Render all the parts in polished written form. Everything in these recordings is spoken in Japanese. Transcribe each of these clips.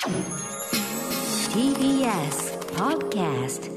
TBS Podcast。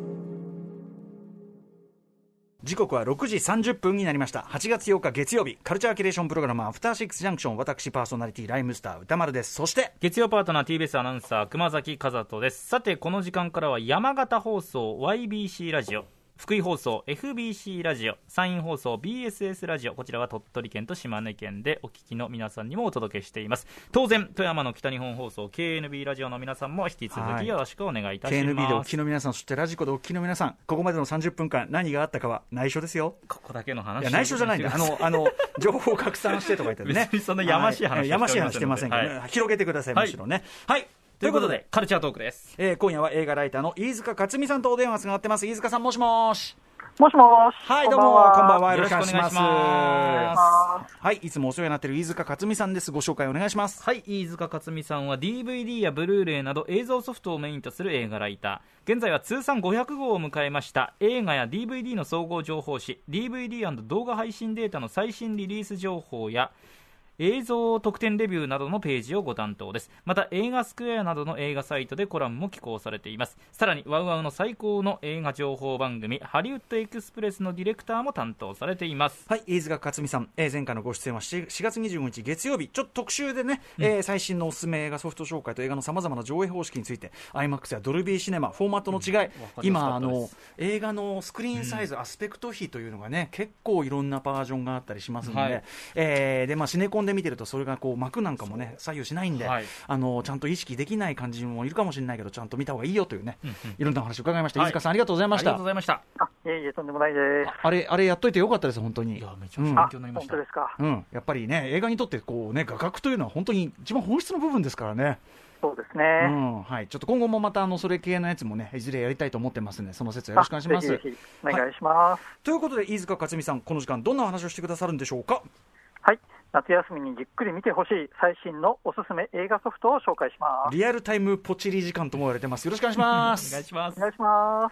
時刻は6時30分になりました。8月8日月曜日、カルチャーキュレーションプログラムアフターシックスジャンクション、私パーソナリティライムスター歌丸です。そして月曜パートナー TBS アナウンサー熊崎和人です。さてこの時間からは山形放送 YBC ラジオ、福井放送 FBC ラジオ、山陰放送 BSS ラジオ、こちらは鳥取県と島根県でお聞きの皆さんにもお届けしています。当然富山の北日本放送 KNB ラジオの皆さんも引き続きよろしくお願いいたします。 KNB でお聞きの皆さん、そしてラジコでお聞きの皆さん、ここまでの30分間何があったかは内緒ですよ。 ここだけの話。 いや内緒じゃないんだ。情報拡散してとか言ってね。 別にそんなやましい話やましい話してませんけど、ね、はい、広げてください、むしろね。はい、 ということでカルチャートークです。 今夜は映画ライターの飯塚克美さんとお電話つながってます。飯塚さん、もしもし。 もしもし。 はい、どうもこんばんは。よろしくお願いします。 はい、いつもお世話になっている飯塚克美さんです。ご紹介お願いします。 はい、飯塚克美さんは DVD やブルーレイなど映像ソフトをメインとする映画ライター。現在は通算500号を迎えました映画や DVD の総合情報誌 DVD& 動画配信データの最新リリース情報や映像特典レビューなどのページをご担当です。また映画スクエアなどの映画サイトでコラムも寄稿されています。さらにワウワウの最高の映画情報番組ハリウッドエクスプレスのディレクターも担当されています。 はい、飯塚克美さん、前回のご出演は 4月25日月曜日、ちょっと特集でね、最新のおすすめ映画ソフト紹介と映画のさまざまな上映方式について IMAX やドルビーシネマフォーマットの違い、今映画のスクリーンサイズ、アスペクト比というのがね結構いろんなバージョンがあったりしますので、 はいでシネコンで見てるとそれがこう幕なんかもね左右しないんで、はい、ちゃんと意識できない感じもいるかもしれないけど、ちゃんと見た方がいいよというね、いろんな話を伺いました。飯塚さん、ありがとうございました。 ありがとうございました。 いえいえ、とんでもないです。 あれやっといてよかったです、本当に。 いや、めちゃめちゃ勉強になりました。 本当ですか。 やっぱりね映画にとってこうね画角というのは本当に一番本質の部分ですからね。 そうですね。 はい、ちょっと今後もまたそれ系のやつもねいずれやりたいと思ってますので、その説よろしくお願いします。 ぜひぜひお願いします。 ということで飯塚克美さん、この時間どんな話をしてくださるんでしょうか。 はい、夏休みにじっくり見てほしい最新のおすすめ映画ソフトを紹介します。 リアルタイムポチリ時間とも言われてます。よろしくお願いします。 お願いします。 お願いします。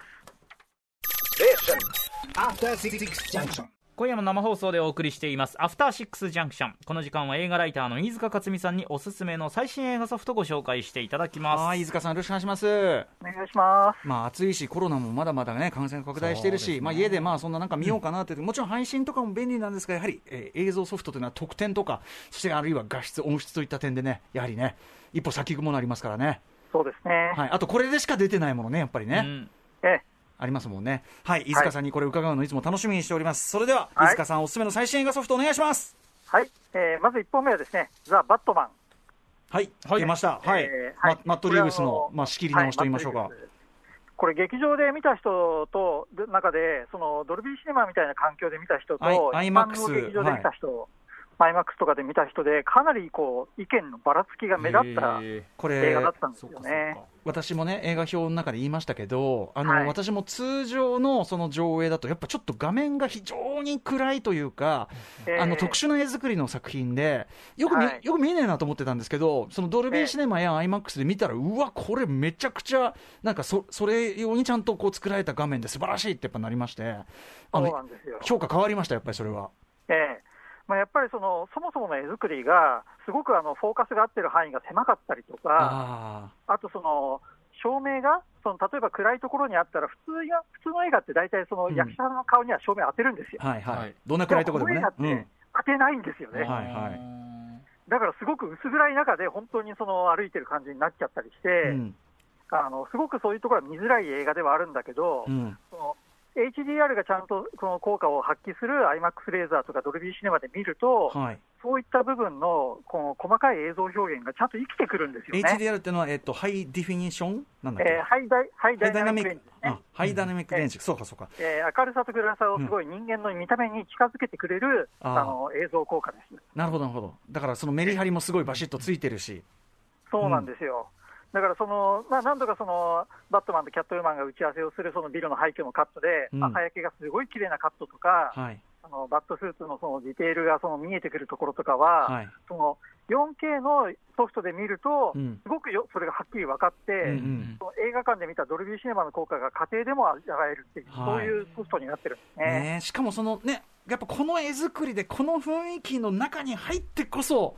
今夜も生放送でお送りしていますアフターシックスジャンクション。この時間は映画ライターの飯塚克美さんにおすすめの最新映画ソフトをご紹介していただきます。 はい、飯塚さんよろしくお願いします。 お願いします。 暑いしコロナもまだまだね感染拡大しているし、家でそんななんか見ようかなって、もちろん配信とかも便利なんですが、やはり、映像ソフトというのは特典とか、そしてあるいは画質音質といった点でね、やはりね一歩先ものありますからね。 そうですね。 はい、あとこれでしか出てないものね、やっぱりね、ありますもんね。はい、飯塚さんにこれ伺うのいつも楽しみにしております。それでは、飯塚さんおすすめの最新映画ソフトお願いします。 はい、まず1本目はですね、ザ・バットマン。 はい、出ました。はい、マット・リーブスの仕切り直しと言いましょうか。 これ劇場で見た人と中で、そのドルビーシネマみたいな環境で見た人と、一般の劇場で見た人、IMAX とかで見た人でかなりこう意見のばらつきが目立った映画だったんですよね。 私もね映画表の中で言いましたけど、私も通常のその上映だとやっぱちょっと画面が非常に暗いというか、特殊な絵作りの作品でよく見えねえなと思ってたんですけど、そのドルビーシネマや IMAX で見たら、うわこれめちゃくちゃなんかそれ用にちゃんとこう作られた画面で素晴らしいってやっぱなりまして、 そうなんですよ。 評価変わりました、やっぱりそれは。 やっぱりそもそもの絵作りがすごくフォーカスが合ってる範囲が狭かったりとか、あとその照明が例えば暗いところにあったら普通の映画って大体その役者の顔には照明当てるんですよ。 どんな暗いところでもね。 この映画って当てないんですよね。だからすごく薄暗い中で本当に歩いてる感じになっちゃったりして、すごくそういうところは見づらい映画ではあるんだけど、HDR がちゃんとこの効果を発揮する IMAX レーザーとかドルビーシネマで見ると、そういった部分のこの細かい映像表現がちゃんと生きてくるんですよね。 HDR っていうのは、ハイディフィニッションなんだっけ、 ハイダイナミックレンジですね。 ハイダイナミックレンジ、そうかそうか。 明るさと暗さをすごい人間の見た目に近づけてくれる、映像効果です。 なるほどなるほど。だからそのメリハリもすごいバシッとついてるし。 そうなんですよ。だから何度かバットマンとキャットウーマンが打ち合わせをするそのビルの廃墟のカットで、朝焼けがすごい綺麗なカットとか、バットスーツのそのディテールが見えてくるところとかは、4K のソフトで見ると、すごくそれがはっきり分かって、映画館で見たドルビーシネマの効果が家庭でも味わえるっていう、そういうソフトになってるんですね。 しかもやっぱこの絵作りでこの雰囲気の中に入ってこそ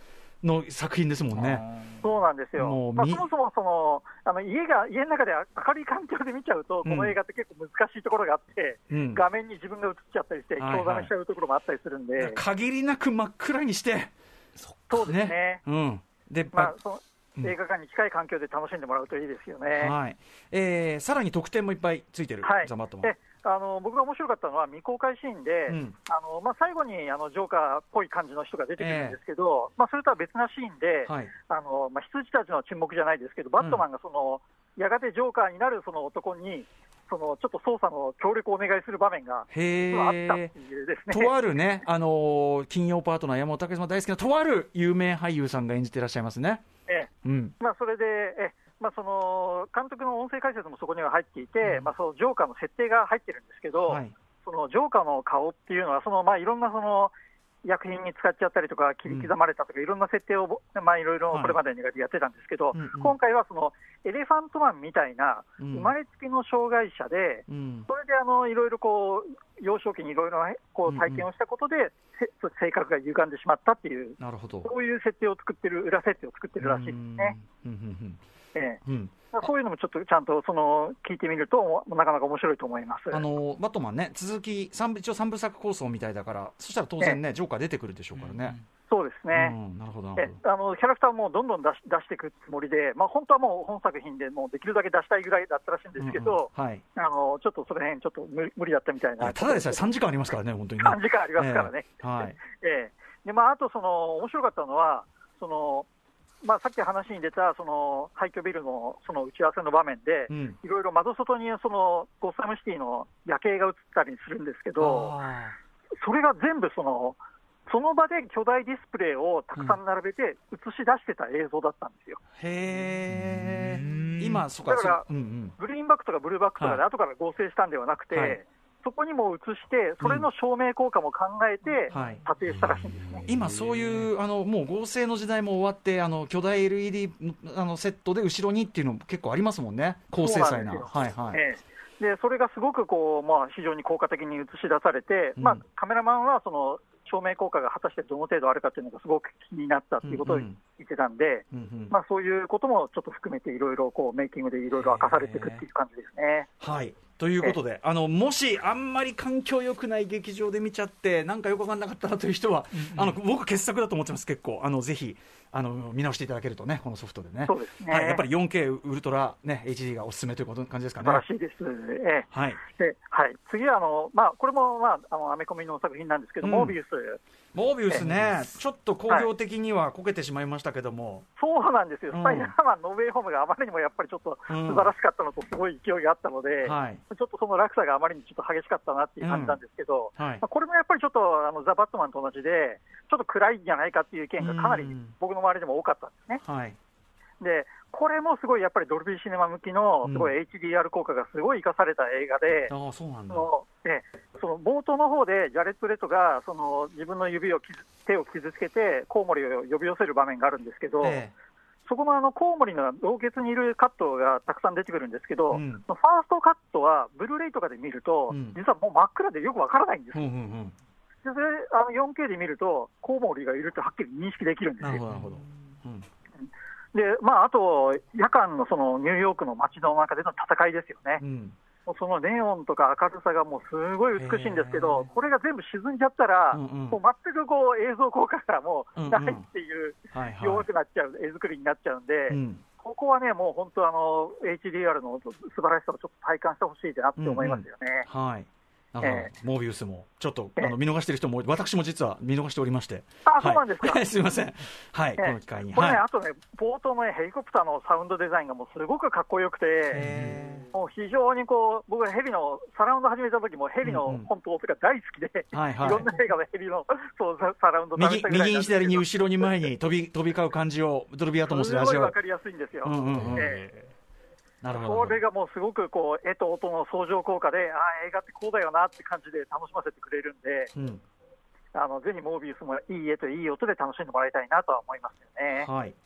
の作品ですもんね。 そうなんですよ。そもそも家の中で明るい環境で見ちゃうと、この映画って結構難しいところがあって、画面に自分が映っちゃったりして、興ざめしちゃうところもあったりするんで、 限りなく真っ暗にして、 そうですね。 で、 映画館に近い環境で楽しんでもらうといいですよね。 はい。さらに特典もいっぱいついてる、ザ・バットマン。 僕が面白かったのは未公開シーンで、最後にジョーカーっぽい感じの人が出てくるんですけど、それとは別なシーンで、羊たちの沈黙じゃないですけど、バットマンがやがてジョーカーになるその男に、ちょっと捜査の協力をお願いする場面があったっていうですね。 とあるね、金曜パートナー、山本武さん大好きなとある有名俳優さんが演じていらっしゃいますね。 それで、その監督の音声解説もそこには入っていて、そのジョーカーの設定が入ってるんですけど、そのジョーカーの顔っていうのは、いろんな薬品に使っちゃったりとか、切り刻まれたとか、いろんな設定を、いろいろこれまでにやってたんですけど、今回はエレファントマンみたいな生まれつきの障害者で、それでいろいろ幼少期にいろいろ体験をしたことで、性格が歪んでしまったっていう、そういう設定を作ってる、裏設定を作ってるらしいですね。そういうのもちょっとちゃんと聞いてみるとなかなか面白いと思います。 バットマンね、続き一応3部作構想みたいだから、そしたら当然ね、ジョーカー出てくるでしょうからね。 そうですね。 なるほど。 キャラクターもどんどん出していくつもりで、本当はもう本作品でもうできるだけ出したいぐらいだったらしいんですけど、ちょっとその辺ちょっと無理だったみたいな。 ただでさえ3時間ありますからね、本当にね。 3時間ありますからね。で、あと面白かったのは、さっき話に出た廃墟ビルの打ち合わせの場面で、いろいろ窓外にゴッサムシティの夜景が映ったりするんですけど、それが全部その場で巨大ディスプレイをたくさん並べて映し出してた映像だったんですよ。 へー。今、 だからグリーンバックとかブルーバックとかで後から合成したんではなくて、そこにも映して、それの照明効果も考えて撮影したらしいんですね。 今、そういうもう合成の時代も終わって、巨大 LED セットで後ろにっていうのも結構ありますもんね、高精細な。 でそれがすごく非常に効果的に映し出されて、カメラマンは照明効果が果たしてどの程度あるかというのがすごく気になったということを言ってたんで、そういうこともちょっと含めていろいろメイキングでいろいろ明かされていくっていう感じですね。 はいということで、もしあんまり環境良くない劇場で見ちゃってなんかよく分かんなかったなという人は、僕傑作だと思ってます。結構ぜひ見直していただけるとね、このソフトでね。 そうですね。 やっぱり 4K ウルトラ、ね、HD がおすすめという感じですかね。 素晴らしいです。次はこれもアメコミの作品なんですけど、モービウスね、ちょっと興行的にはこけてしまいましたけども、 そうなんですよ。スパイダーマンノーウェイホームがあまりにもやっぱりちょっと素晴らしかったのとすごい勢いがあったので、ちょっとその落差があまりにちょっと激しかったなっていう感じなんですけど、これもやっぱりちょっとザ・バットマンと同じでちょっと暗いんじゃないかっていう意見がかなり僕の周りでも多かったんですね。でこれもすごいやっぱりドルビーシネマ向きのすごい HDR 効果がすごい生かされた映画で、その冒頭の方でジャレット・レトが自分の手を傷つけてコウモリを呼び寄せる場面があるんですけど、そこのコウモリの洞窟にいるカットがたくさん出てくるんですけど、ファーストカットはブルーレイとかで見ると、実はもう真っ暗でよくわからないんですよ。でそれ4K で見るとコウモリがいるってはっきり認識できるんですよ。であと夜間のニューヨークの街の中での戦いですよね。そのネオンとか明るさがもうすごい美しいんですけど、これが全部沈んじゃったら、もう全く映像効果がもうないっていう弱くなっちゃう絵作りになっちゃうんで、ここはねもう本当HDR の素晴らしさをちょっと体感してほしいなって思いますよね。モービウスもちょっと見逃している人も、私も実は見逃しておりまして。 そうなんですか。 すみません。この機会に。 これね、あとね、冒頭のヘリコプターのサウンドデザインがもうすごくかっこよくて、もう非常に僕はヘリのサラウンド始めた時もヘリの本当が大好きで、いろんな映画でヘリのサラウンド右に左に後ろに前に飛び交う感じをドルビーアトモスで味わう。 すごいわかりやすいんですよ。これがもうすごく絵と音の相乗効果で、映画ってこうだよなって感じで楽しませてくれるんで、ぜひモービウスもいい絵といい音で楽しんでもらいたいなとは思いますよね。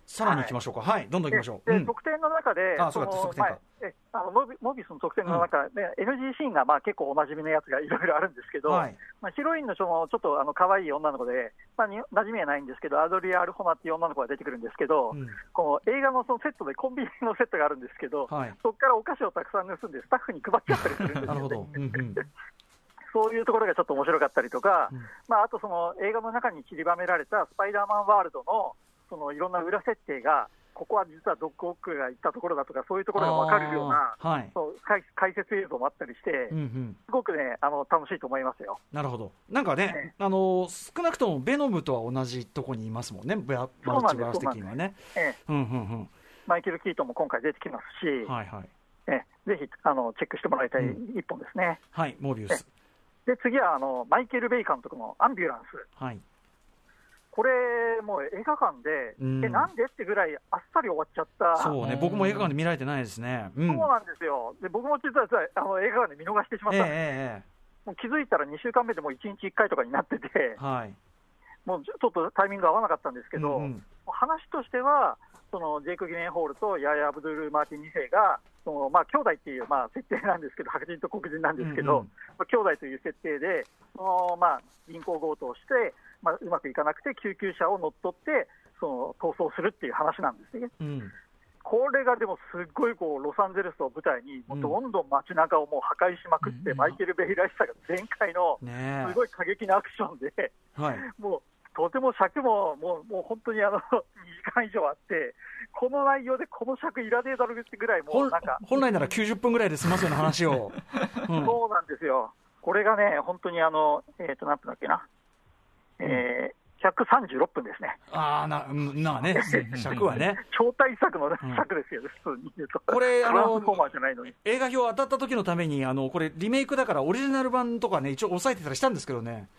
さらに行きましょうか。はい、どんどん行きましょう。 で、特典の中で、モビスの特典の中で、NG シーンが結構おなじみのやつがいろいろあるんですけど、ヒロインのちょっと可愛い女の子で、馴染みはないんですけど、アドリア・アルホナっていう女の子が出てくるんですけど、この映画のそのセットでコンビニのセットがあるんですけど、そこからお菓子をたくさん盗んでスタッフに配っちゃったりするんですよね。なるほど。そういうところがちょっと面白かったりとか、あとその映画の中に散りばめられたスパイダーマンワールドのそのいろんな裏設定が、ここは実はドッグオックが行ったところだとか、そういうところが分かるような、そう解説映像もあったりして、すごくね、楽しいと思いますよ。 なるほど。なんかね、少なくともベノムとは同じところにいますもんね、マルチバース的にはね。 マイケル・キートンも今回出てきますし、ぜひチェックしてもらいたい一本ですね。 はい、モービウス。 で次はマイケル・ベイ監督のアンビュランス。これ、もう映画館で、なんでってぐらいあっさり終わっちゃった。 そうね、僕も映画館で見られてないですね。 そうなんですよ。で、僕も実は映画館で見逃してしまったんです。もう気づいたら2週間目でもう1日1回とかになってて、もうちょっとタイミング合わなかったんですけど、話としては、そのジェイク・ギレンホールとヤーヤ・アブドゥル・マーティン2世が、兄弟っていう設定なんですけど、白人と黒人なんですけど、兄弟という設定で、銀行強盗をして、うまくいかなくて救急車を乗っ取って逃走するっていう話なんですね。これがでもすっごいロサンゼルスを舞台にどんどん街中をもう破壊しまくって、マイケル・ベイらしさが全開のすごい過激なアクションで、もうとても尺ももう本当に2時間以上あって、この内容でこの尺いらねえだろうってぐらい、もうなんか本来なら90分ぐらいで済ますような話をそうなんですよ。これがね、本当になんていうんだっけな、136分ですね。 尺はね。 超大作の尺ですよね、普通に言うと。 これ、 トランスフォーマーじゃないのに。 映画表当たった時のために、これ、リメイクだから、オリジナル版とかね、一応、抑えてたりしたんですけどね。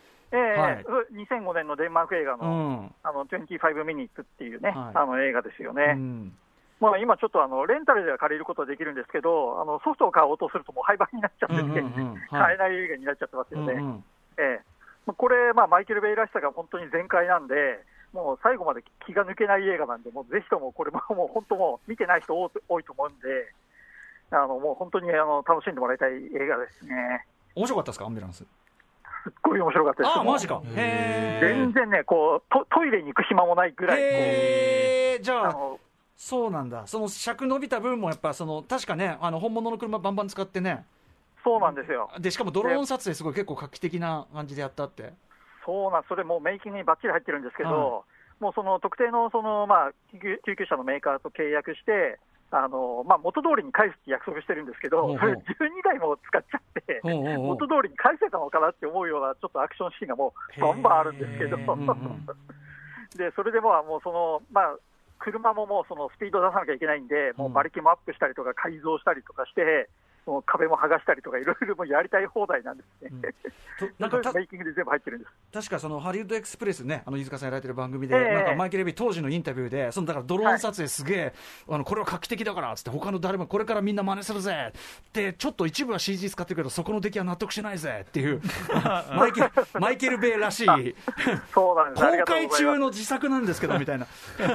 2005年のデンマーク映画の、25 minutes っていうね、映画ですよね。今ちょっとレンタルでは借りることはできるんですけど、ソフトを買おうとするともう廃盤になっちゃってて、買えない映画になっちゃってますよね。これ、マイケル・ベイらしさが本当に全開なんで、もう最後まで気が抜けない映画なんで、もうぜひともこれもう本当もう見てない人多いと思うんで、もう本当に楽しんでもらいたい映画ですね。 面白かったですか、アンビュランス。 すっごい面白かったです。 マジか。 全然ね、トイレに行く暇もないぐらい。 じゃあそうなんだ。その尺伸びた分もやっぱ確かね、本物の車バンバン使ってね。 そうなんですよ。 でしかもドローン撮影すごい結構画期的な感じでやったって。 それもうメイキングにバッチリ入ってるんですけど、もうその特定の救急車のメーカーと契約して、元通りに返すって約束してるんですけど、それ12台も使っちゃって、元通りに返せたのかなって思うようなちょっとアクションシーンがもうバンバンあるんですけど、でそれでも車ももうそのスピード出さなきゃいけないんで、もう馬力もアップしたりとか改造したりとかして、もう壁も剥がしたりとかいろいろもやりたい放題なんですね。なんかメイキングで全部入ってるんです。 確かハリウッドエクスプレスね、飯塚さんやられてる番組で、なんかマイケル・ベイ当時のインタビューで、だからドローン撮影すげえ、これは画期的だからっつって、他の誰もこれからみんな真似するぜってちょっと一部は CG 使ってるけどそこの出来は納得してないぜっていうマイケル・ベイらしいそうなんです。 公開中の自作なんですけどみたいな。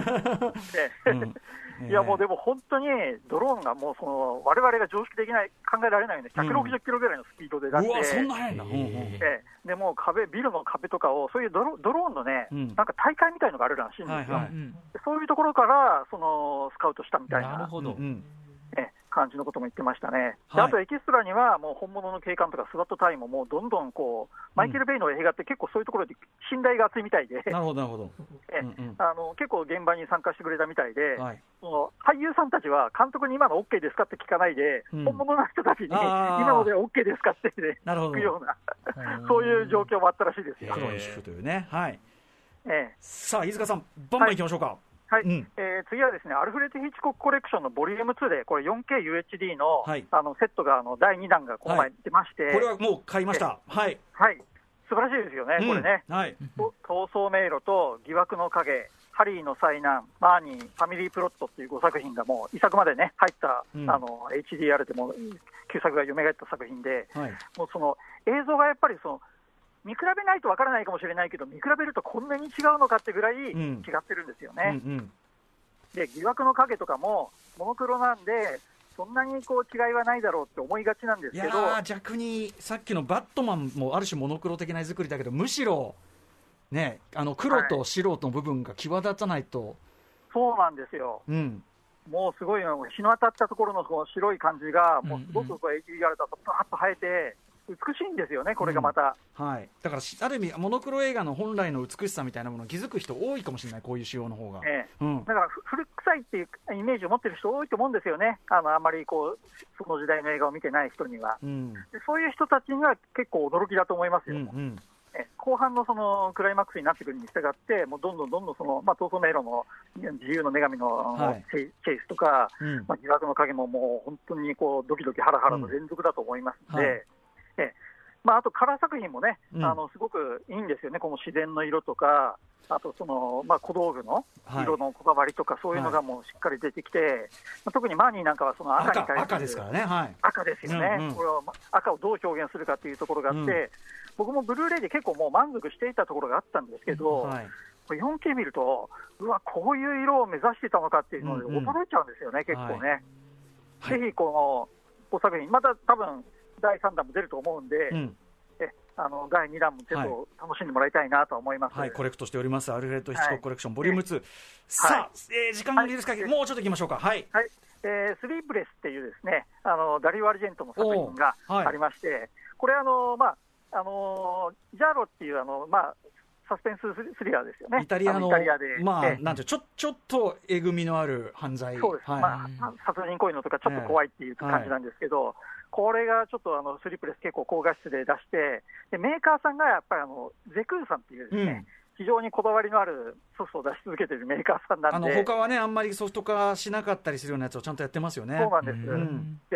いやもうでも本当にドローンがもう我々が常識的な考えられないような160キロぐらいのスピードで出して、 そんな速いんだ。 でもうビルの壁とかをそういうドローンのね、なんか大会みたいのがあるらしいんですよ。そういうところからスカウトしたみたいな感じのことも言ってましたね。あとエキストラにはもう本物の警官とかスワット隊員ももうどんどんマイケル・ベイの映画って結構そういうところで信頼が厚いみたいで、 なるほどなるほど。 結構現場に参加してくれたみたいで、その俳優さんたちは監督に今の OK ですかって聞かないで、本物の人たちに今ので OK ですかって聞くようなそういう状況もあったらしいですよ。 黒に聞くというね。さあ飯塚さんバンバンいきましょうか。 次はですね、アルフレッド・ヒッチコックコレクションのボリューム2で、これ 4KUHD の、セットが第2弾がこの前出まして、 これはもう買いました。 素晴らしいですよね、これね。逃走迷路と疑惑の影、ハリーの災難、マーニー、ファミリープロットっていう5作品がもう1作までね、入った、HDR でも旧作が蘇った作品で、もうその映像がやっぱり見比べないとわからないかもしれないけど、見比べるとこんなに違うのかってぐらい違ってるんですよね。 で疑惑の影とかもモノクロなんでそんなにこう違いはないだろうって思いがちなんですけど、 いや逆にさっきのバットマンもある種モノクロ的な絵作りだけど、むしろね、黒と白の部分が際立たないと、 そうなんですよ、もうすごい日の当たったところのこの白い感じがもうすごくこう HDR だとパーッと生えて美しいんですよね、これがまた、 はい、だからある意味モノクロ映画の本来の美しさみたいなものを気づく人多いかもしれない、こういう仕様の方が、だから古臭いっていうイメージを持ってる人多いと思うんですよね、あんまりこうその時代の映画を見てない人には、でそういう人たちには結構驚きだと思いますよ、後半のそのクライマックスになってくるに従って、もうどんどんその、トーソメイロの自由の女神のチェイスとか、疑惑の影ももう本当にこうドキドキハラハラの連続だと思いますので、あとカラー作品もね、すごくいいんですよね、この自然の色とか、あとその、小道具の色のこだわりとか、そういうのがもうしっかり出てきて、特にマーニーなんかはその赤に対する赤ですからね、 赤ですよね、これは赤をどう表現するかというところがあって、僕もブルーレイで結構もう満足していたところがあったんですけど、4K 見ると、うわ、こういう色を目指してたのかっていうので驚いちゃうんですよね、結構ね。ぜひこの作品、また多分第3弾も出ると思うんで、第2弾もちょっと楽しんでもらいたいなと思います。 コレクトしておりますアルフレッド・ヒッチコックコレクションボリューム2、さあ、時間がいいですか、もうちょっといきましょうか。スリープレスっていうですね、ダリオ・アルジェントの作品がありまして、これジャーロっていうサスペンススリラーですよね。 イタリアので、 なんてちょっとえぐみのある犯罪、 そうです、殺人行為のとかちょっと怖いっていう感じなんですけど、これがちょっとスリープレス結構高画質で出して、でメーカーさんがやっぱりゼクーさんっていうですね、非常にこだわりのあるソフトを出し続けているメーカーさんなんで、 他はね、あんまりソフト化しなかったりするようなやつをちゃんとやってますよね。 そうなんです、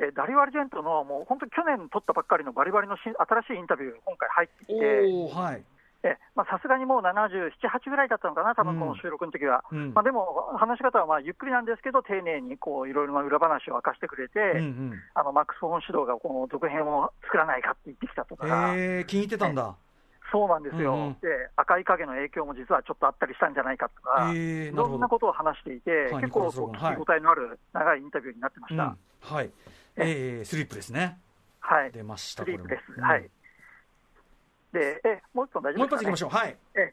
でダリオ・アルジェントのもう本当に去年撮ったばっかりのバリバリの新しいインタビューが今回入ってきて、さすがにもう77、8ぐらいだったのかな、多分この収録の時は、でも話し方はゆっくりなんですけど、丁寧にこういろいろな裏話を明かしてくれて、マックス・フォン・シュドーがこの続編を作らないかって言ってきたとか、 気に入ってたんだ。 そうなんですよ、で赤い影の影響も実はちょっとあったりしたんじゃないかとか、いろんなことを話していて、結構聞き応えのある長いインタビューになってました。 スリープですね。出ました。 スリープです。でもう一本大丈夫ですかね。 もう一発いきましょう。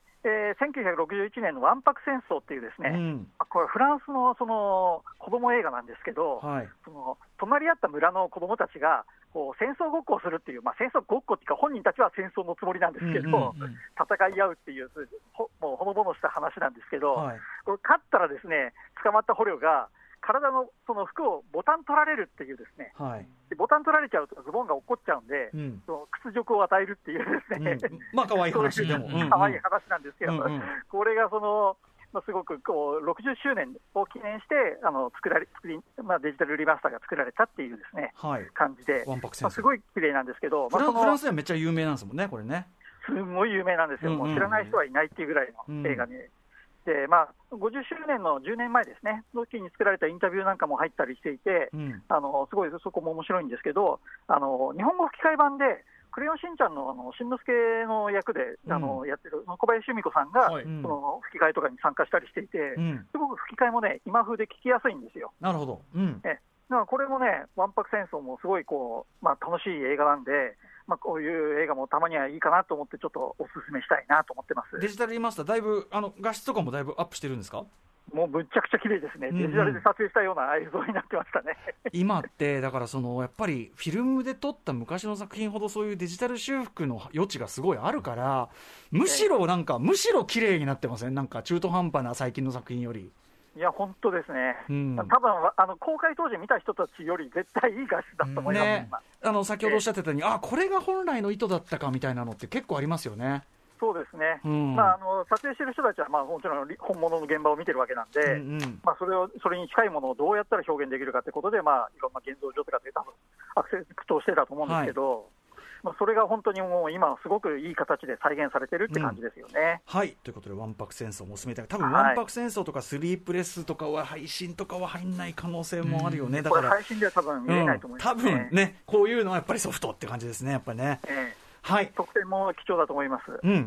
1961年のわんぱく戦争っていうですね、これフランスのその子供映画なんですけど、その隣り合った村の子供たちがこう戦争ごっこをするっていう、戦争ごっこっていうか本人たちは戦争のつもりなんですけど、戦い合うっていうもうほのぼのした話なんですけど、これ勝ったらですね、捕まった捕虜が体のその服をボタン取られるっていうですね、でボタン取られちゃうとズボンが落っこっちゃうんで、その屈辱を与えるっていうですね、 可愛い話でも可愛い話なんですけど、これがそのすごくこう60周年を記念してデジタルリマスターが作られたっていうですね、感じで、すごい綺麗なんですけど、 フランスではめっちゃ有名なんですもんね、これね。 すごい有名なんですよ、もう知らない人はいないっていうぐらいの映画で。で50周年の10年前ですね、の時に作られたインタビューなんかも入ったりしていて、すごいそこも面白いんですけど、日本語吹き替え版で、クレヨンしんちゃんのしんのすけの役でやってる小林由美子さんが、その吹き替えとかに参加したりしていて、すごく吹き替えもね、今風で聞きやすいんですよ。 なるほど。 だからこれもね、わんぱく戦争もすごいこう、楽しい映画なんで、こういう映画もたまにはいいかなと思って、ちょっとおすすめしたいなと思ってます。 デジタルリマスター、だいぶ画質とかもだいぶアップしてるんですか？ もうむちゃくちゃ綺麗ですね、デジタルで撮影したような映像になってましたね。 今って、だからやっぱりフィルムで撮った昔の作品ほど、そういうデジタル修復の余地がすごいあるから、むしろ綺麗になってません？なんか中途半端な最近の作品より。 いや本当ですね、多分公開当時見た人たちより絶対いい画質だと思います、 先ほどおっしゃってたように、これが本来の意図だったかみたいなのって結構ありますよね。 そうですね、撮影してる人たちはもちろん本物の現場を見てるわけなんで、それに近いものをどうやったら表現できるかということで、いろんな現像所とかで多分アクセストしてたと思うんですけど、それが本当にもう今すごくいい形で再現されてるって感じですよね。 ということでわんぱく戦争もおすすめたい。多分わんぱく戦争とかスリープレスとかは配信とかは入んない可能性もあるよね。だからこれ配信では多分見れないと思いますね。 多分ね、こういうのはやっぱりソフトって感じですね、やっぱりね。 特典も貴重だと思います。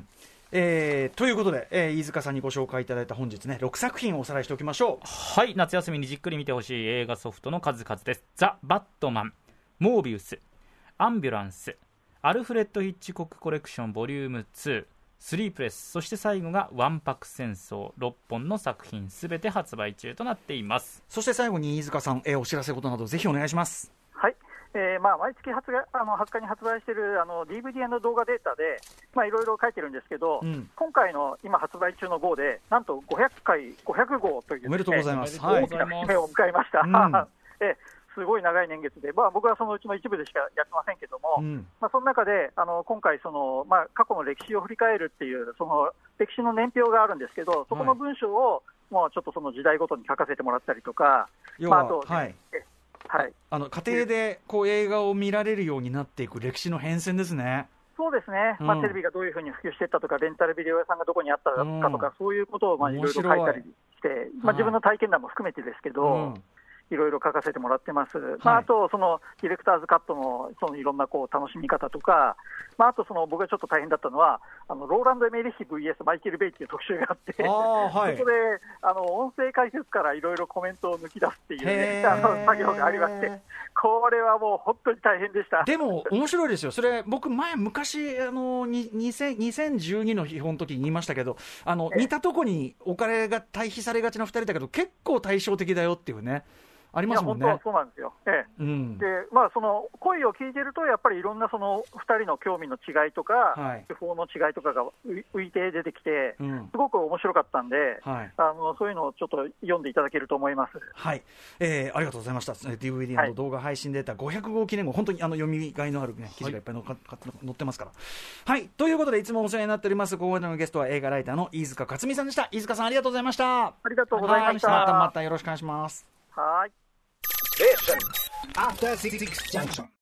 ということで、飯塚さんにご紹介いただいた本日ね6作品をおさらいしておきましょう。 はい、夏休みにじっくり見てほしい映画ソフトの数々です。ザ・バットマン、モービウス、アンビュランス、アルフレッド・ヒッチコックコレクションボリューム2、スリープレス、そして最後がわんぱく戦争、6本の作品すべて発売中となっています。 そして最後に飯塚さん、お知らせことなどぜひお願いします。 はい、毎月20日に発売しているDVD& 動画データで、いろいろ書いてるんですけど、今回の今発売中の号でなんと500号という、 おめでとうございます、 大きな節目を迎えました。すごい長い年月で、僕はそのうちの一部でしかやってませんけども、その中で今回過去の歴史を振り返るっていうその歴史の年表があるんですけど、そこの文章をもうちょっとその時代ごとに書かせてもらったりとか、あと、家庭でこう映画を見られるようになっていく歴史の変遷ですね。 そうですね、テレビがどういうふうに普及していったとか、レンタルビデオ屋さんがどこにあったかとか、そういうことをいろいろ書いたりして、自分の体験談も含めてですけど、いろいろ書かせてもらってます。あとそのディレクターズカットのそのいろんな楽しみ方とか、あと僕がちょっと大変だったのはローランド・エメリヒ VS マイケル・ベイっていう特集があって、そこで音声解説からいろいろコメントを抜き出すっていう、ね、作業がありまして、これはもう本当に大変でした。 でも面白いですよ。それ僕昔2012の秘宝の時に言いましたけど、似たとこにお金が対比されがちな2人だけど結構対照的だよっていうね、ありますもんね。 本当はそうなんですよ。でその声を聞いてるとやっぱりいろんなその2人の興味の違いとか、手法の違いとかが浮いて出てきて、すごく面白かったんで、そういうのをちょっと読んでいただけると思います。 はい、ありがとうございました。DVD の動画配信データ500号記念号、本当に読みがいのある、ね、記事がいっぱい載ってますから。はい、ということでいつもお世話になっておりますここまでのゲストは映画ライターの飯塚克美さんでした。飯塚さんありがとうございました。 ありがとうございました。 またよろしくお願いします。 はい。 After 66 junction.